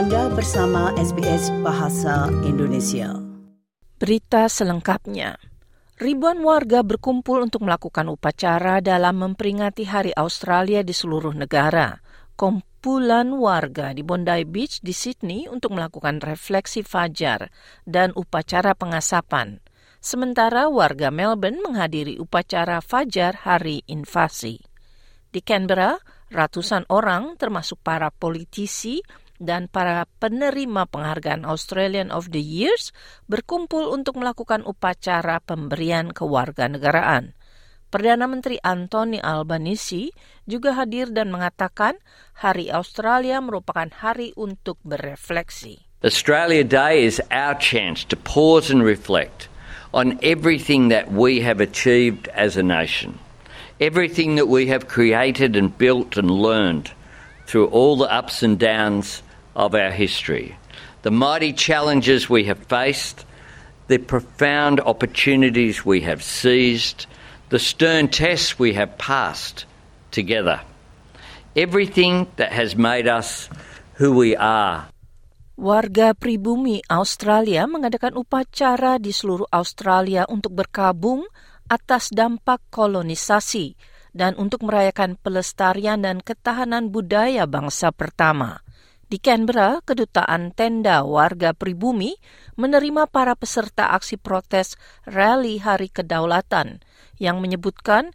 Anda bersama SBS Bahasa Indonesia. Berita selengkapnya. Ribuan warga berkumpul untuk melakukan upacara dalam memperingati Hari Australia di seluruh negara. Kumpulan warga di Bondi Beach di Sydney untuk melakukan refleksi fajar dan upacara pengasapan. Sementara warga Melbourne menghadiri upacara fajar Hari Invasi. Di Canberra, ratusan orang termasuk para politisi dan para penerima penghargaan Australian of the Years berkumpul untuk melakukan upacara pemberian kewarganegaraan. Perdana Menteri Anthony Albanese juga hadir dan mengatakan Hari Australia merupakan hari untuk berefleksi. Australia Day is our chance to pause and reflect on everything that we have achieved as a nation, everything that we have created and built and learned through all the ups and downs of our history, the mighty challenges we have faced, the profound opportunities we have seized, the stern tests we have passed together. Everything that has made us who we are. Warga pribumi Australia mengadakan upacara di seluruh Australia untuk berkabung atas dampak kolonisasi dan untuk merayakan pelestarian dan ketahanan budaya bangsa pertama. Di Canberra, Kedutaan Tenda Warga Pribumi menerima para peserta aksi protes Rally Hari Kedaulatan yang menyebutkan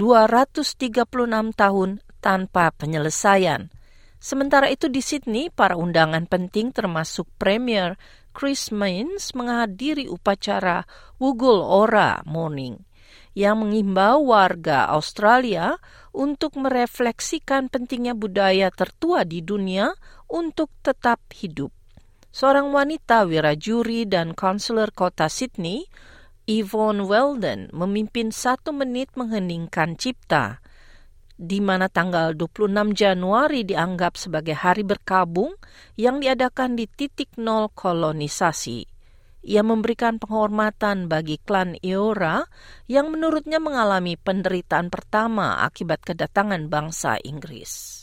236 tahun tanpa penyelesaian. Sementara itu di Sydney, para undangan penting termasuk Premier Chris Minns menghadiri upacara Wugul Ora Morning yang mengimbau warga Australia untuk merefleksikan pentingnya budaya tertua di dunia untuk tetap hidup. Seorang wanita wirajuri dan konselor kota Sydney, Yvonne Weldon, memimpin 1 menit mengheningkan cipta, di mana tanggal 26 Januari dianggap sebagai hari berkabung yang diadakan di titik nol kolonisasi. Ia memberikan penghormatan bagi klan Eora yang menurutnya mengalami penderitaan pertama akibat kedatangan bangsa Inggris.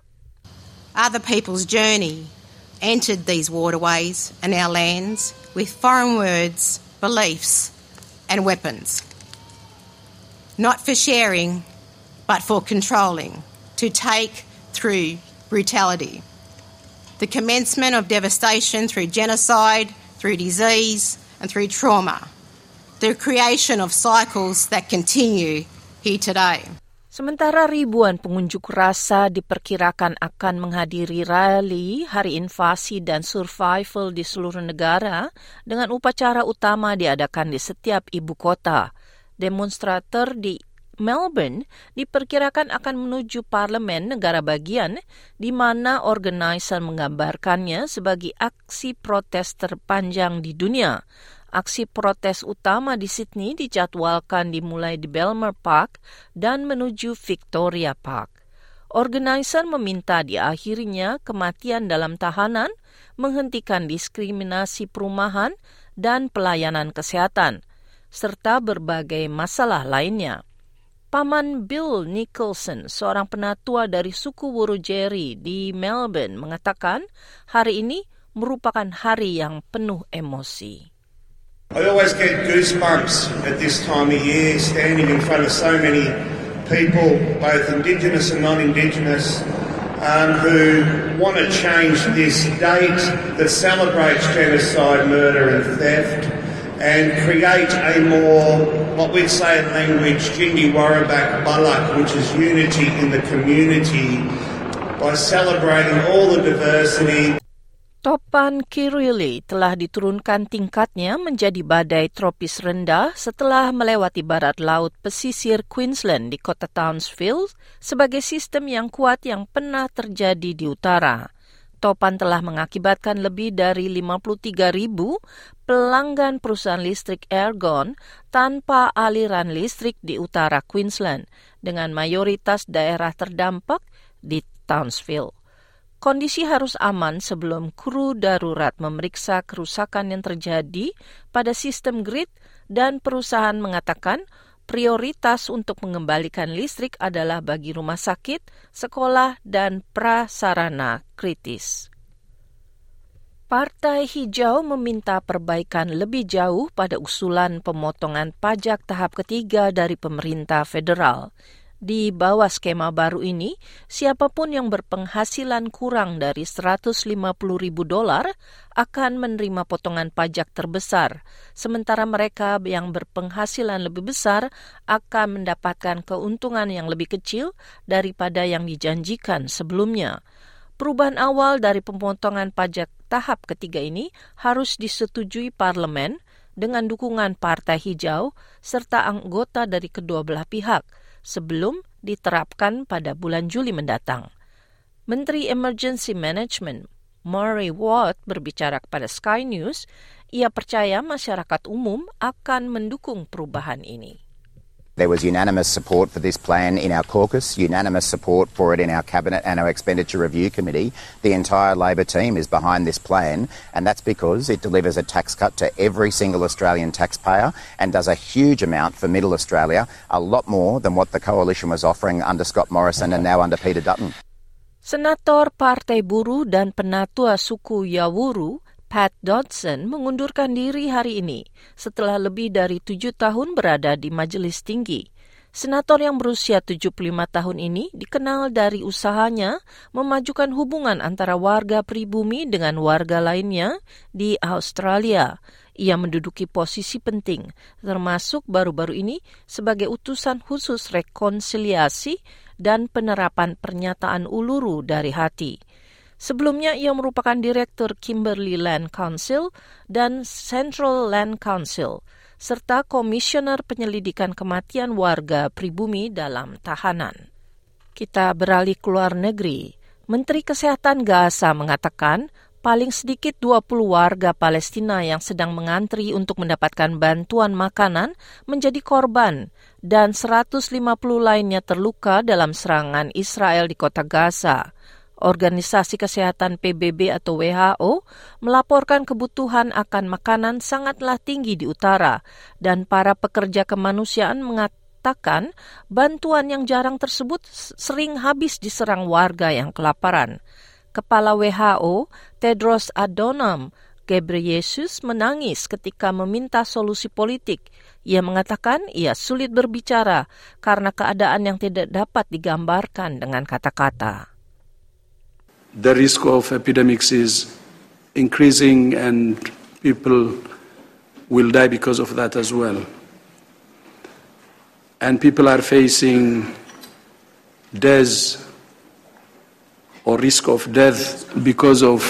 Other people's journey entered these waterways and our lands with foreign words, beliefs and weapons. Not for sharing, but for controlling, to take through brutality. The commencement of devastation through genocide, through disease and through trauma. The creation of cycles that continue here today. Sementara ribuan pengunjuk rasa diperkirakan akan menghadiri rally Hari Invasi dan Survival di seluruh negara dengan upacara utama diadakan di setiap ibu kota. Demonstrator di Melbourne diperkirakan akan menuju parlemen negara bagian di mana organizer menggambarkannya sebagai aksi protes terpanjang di dunia. Aksi protes utama di Sydney dijadwalkan dimulai di Belmar Park dan menuju Victoria Park. Organizer meminta diakhirinya kematian dalam tahanan, menghentikan diskriminasi perumahan dan pelayanan kesehatan, serta berbagai masalah lainnya. Paman Bill Nicholson, seorang penatua dari suku Wurundjeri di Melbourne, mengatakan hari ini merupakan hari yang penuh emosi. I always get goosebumps at this time of year, standing in front of so many people, both Indigenous and non-Indigenous, who want to change this date that celebrates genocide, murder and theft, and create a more, what we'd say in language, Jindi Warabak Balak, which is unity in the community, by celebrating all the diversity. Topan Kirili telah diturunkan tingkatnya menjadi badai tropis rendah setelah melewati barat laut pesisir Queensland di kota Townsville sebagai sistem yang kuat yang pernah terjadi di utara. Topan telah mengakibatkan lebih dari 53.000 pelanggan perusahaan listrik Airgon tanpa aliran listrik di utara Queensland, dengan mayoritas daerah terdampak di Townsville. Kondisi harus aman sebelum kru darurat memeriksa kerusakan yang terjadi pada sistem grid, dan perusahaan mengatakan prioritas untuk mengembalikan listrik adalah bagi rumah sakit, sekolah, dan prasarana kritis. Partai Hijau meminta perbaikan lebih jauh pada usulan pemotongan pajak tahap ketiga dari pemerintah federal. Di bawah skema baru ini, siapapun yang berpenghasilan kurang dari $150,000 akan menerima potongan pajak terbesar, sementara mereka yang berpenghasilan lebih besar akan mendapatkan keuntungan yang lebih kecil daripada yang dijanjikan sebelumnya. Perubahan awal dari pemotongan pajak tahap ketiga ini harus disetujui parlemen dengan dukungan Partai Hijau serta anggota dari kedua belah pihak sebelum diterapkan pada bulan Juli mendatang. Menteri Emergency Management Murray Watt berbicara kepada Sky News, ia percaya masyarakat umum akan mendukung perubahan ini. There was unanimous support for this plan in our caucus, unanimous support for it in our Cabinet and our Expenditure Review Committee. The entire Labor team is behind this plan, and that's because it delivers a tax cut to every single Australian taxpayer and does a huge amount for Middle Australia, a lot more than what the coalition was offering under Scott Morrison and now under Peter Dutton. Senator Partai Buruh dan Penatua Suku Yawuru Pat Dodson mengundurkan diri hari ini setelah lebih dari 7 tahun berada di Majelis Tinggi. Senator yang berusia 75 tahun ini dikenal dari usahanya memajukan hubungan antara warga pribumi dengan warga lainnya di Australia. Ia menduduki posisi penting, termasuk baru-baru ini sebagai utusan khusus rekonsiliasi dan penerapan pernyataan Uluru dari hati. Sebelumnya, ia merupakan Direktur Kimberley Land Council dan Central Land Council, serta Komisioner Penyelidikan Kematian Warga Pribumi dalam Tahanan. Kita beralih ke luar negeri. Menteri Kesehatan Gaza mengatakan paling sedikit 20 warga Palestina yang sedang mengantri untuk mendapatkan bantuan makanan menjadi korban dan 150 lainnya terluka dalam serangan Israel di kota Gaza. Organisasi Kesehatan PBB atau WHO melaporkan kebutuhan akan makanan sangatlah tinggi di utara dan para pekerja kemanusiaan mengatakan bantuan yang jarang tersebut sering habis diserang warga yang kelaparan. Kepala WHO, Tedros Adhanom Ghebreyesus menangis ketika meminta solusi politik. Ia mengatakan ia sulit berbicara karena keadaan yang tidak dapat digambarkan dengan kata-kata. The risk of epidemics is increasing and people will die because of that as well. And people are facing death or risk of death because of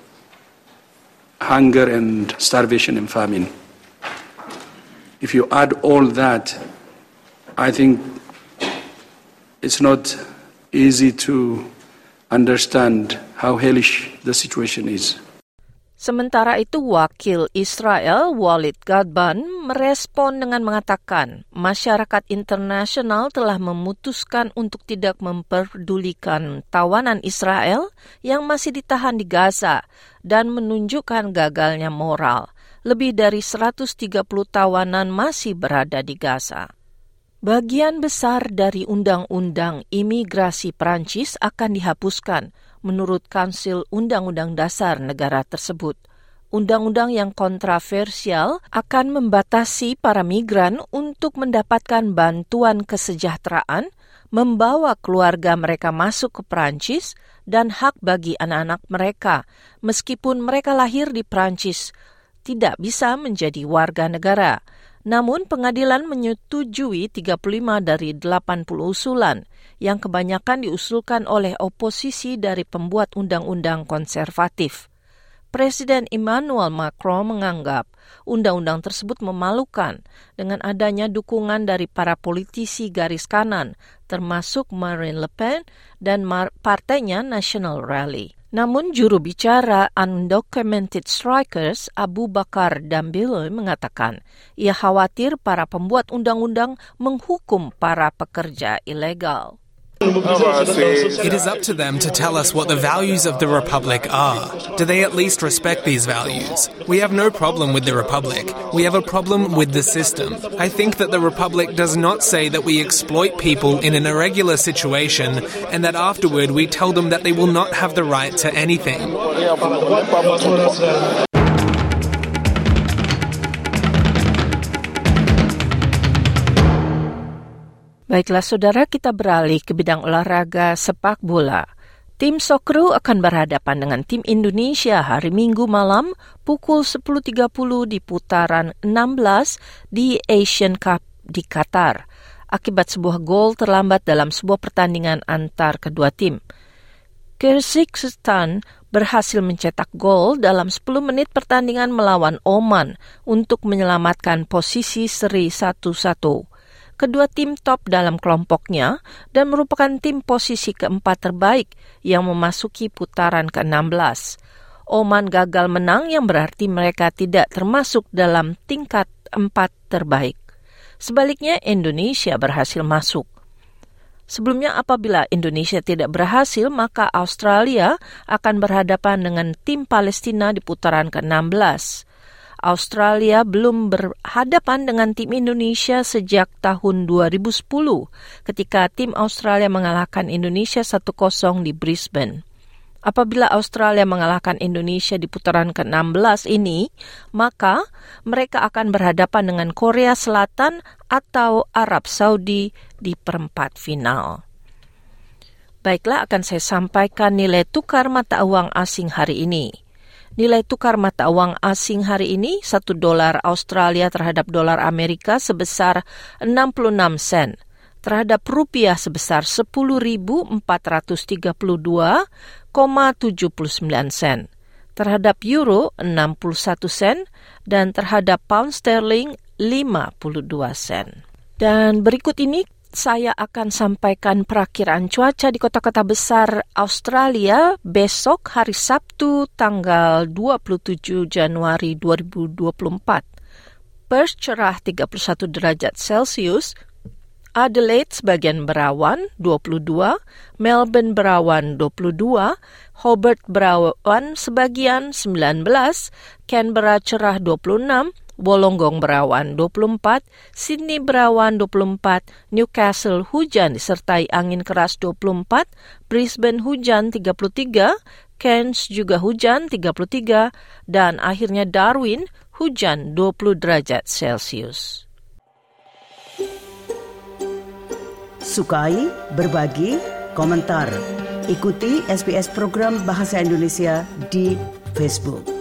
hunger and starvation and famine. If you add all that, I think it's not easy to understand how hellish the situation is. Sementara itu, wakil Israel Walid Gadban merespon dengan mengatakan masyarakat internasional telah memutuskan untuk tidak memperdulikan tawanan Israel yang masih ditahan di Gaza dan menunjukkan gagalnya moral. Lebih dari 130 tawanan masih berada di Gaza. Bagian besar dari Undang-Undang Imigrasi Prancis akan dihapuskan menurut Kansil Undang-Undang Dasar negara tersebut. Undang-undang yang kontroversial akan membatasi para migran untuk mendapatkan bantuan kesejahteraan, membawa keluarga mereka masuk ke Prancis, dan hak bagi anak-anak mereka, meskipun mereka lahir di Prancis, tidak bisa menjadi warga negara. Namun pengadilan menyetujui 35 dari 80 usulan yang kebanyakan diusulkan oleh oposisi dari pembuat undang-undang konservatif. Presiden Emmanuel Macron menganggap undang-undang tersebut memalukan dengan adanya dukungan dari para politisi garis kanan, termasuk Marine Le Pen dan partainya National Rally. Namun juru bicara Undocumented Strikers Abu Bakar Dambile mengatakan ia khawatir para pembuat undang-undang menghukum para pekerja ilegal. It is up to them to tell us what the values of the Republic are. Do they at least respect these values? We have no problem with the Republic. We have a problem with the system. I think that the Republic does not say that we exploit people in an irregular situation and that afterward we tell them that they will not have the right to anything. Baiklah saudara, kita beralih ke bidang olahraga sepak bola. Tim Sokru akan berhadapan dengan tim Indonesia hari Minggu malam pukul 10.30 di putaran 16 di Asian Cup di Qatar, akibat sebuah gol terlambat dalam sebuah pertandingan antar kedua tim. Kyrgyzstan berhasil mencetak gol dalam 10 menit pertandingan melawan Oman untuk menyelamatkan posisi seri 1-1. Kedua tim top dalam kelompoknya dan merupakan tim posisi keempat terbaik yang memasuki putaran ke-16. Oman gagal menang yang berarti mereka tidak termasuk dalam tingkat 4 terbaik. Sebaliknya, Indonesia berhasil masuk. Sebelumnya, apabila Indonesia tidak berhasil, maka Australia akan berhadapan dengan tim Palestina di putaran ke-16. Australia belum berhadapan dengan tim Indonesia sejak tahun 2010 ketika tim Australia mengalahkan Indonesia 1-0 di Brisbane. Apabila Australia mengalahkan Indonesia di putaran ke-16 ini, maka mereka akan berhadapan dengan Korea Selatan atau Arab Saudi di perempat final. Baiklah, akan saya sampaikan nilai tukar mata uang asing hari ini. Nilai tukar mata uang asing hari ini, 1 dolar Australia terhadap dolar Amerika sebesar 66 sen, terhadap rupiah sebesar 10.432,79 sen, terhadap euro 61 sen, dan terhadap pound sterling 52 sen. Dan berikut ini saya akan sampaikan perakiraan cuaca di kota-kota besar Australia besok hari Sabtu tanggal 27 Januari 2024. Perth cerah 31 derajat Celcius, Adelaide sebagian berawan 22, Melbourne berawan 22, Hobart berawan sebagian 19, Canberra cerah 26, Wollongong berawan 24, Sydney berawan 24, Newcastle hujan disertai angin keras 24, Brisbane hujan 33, Cairns juga hujan 33, dan akhirnya Darwin hujan 20 derajat Celcius. Sukai, berbagi, komentar. Ikuti SBS program Bahasa Indonesia di Facebook.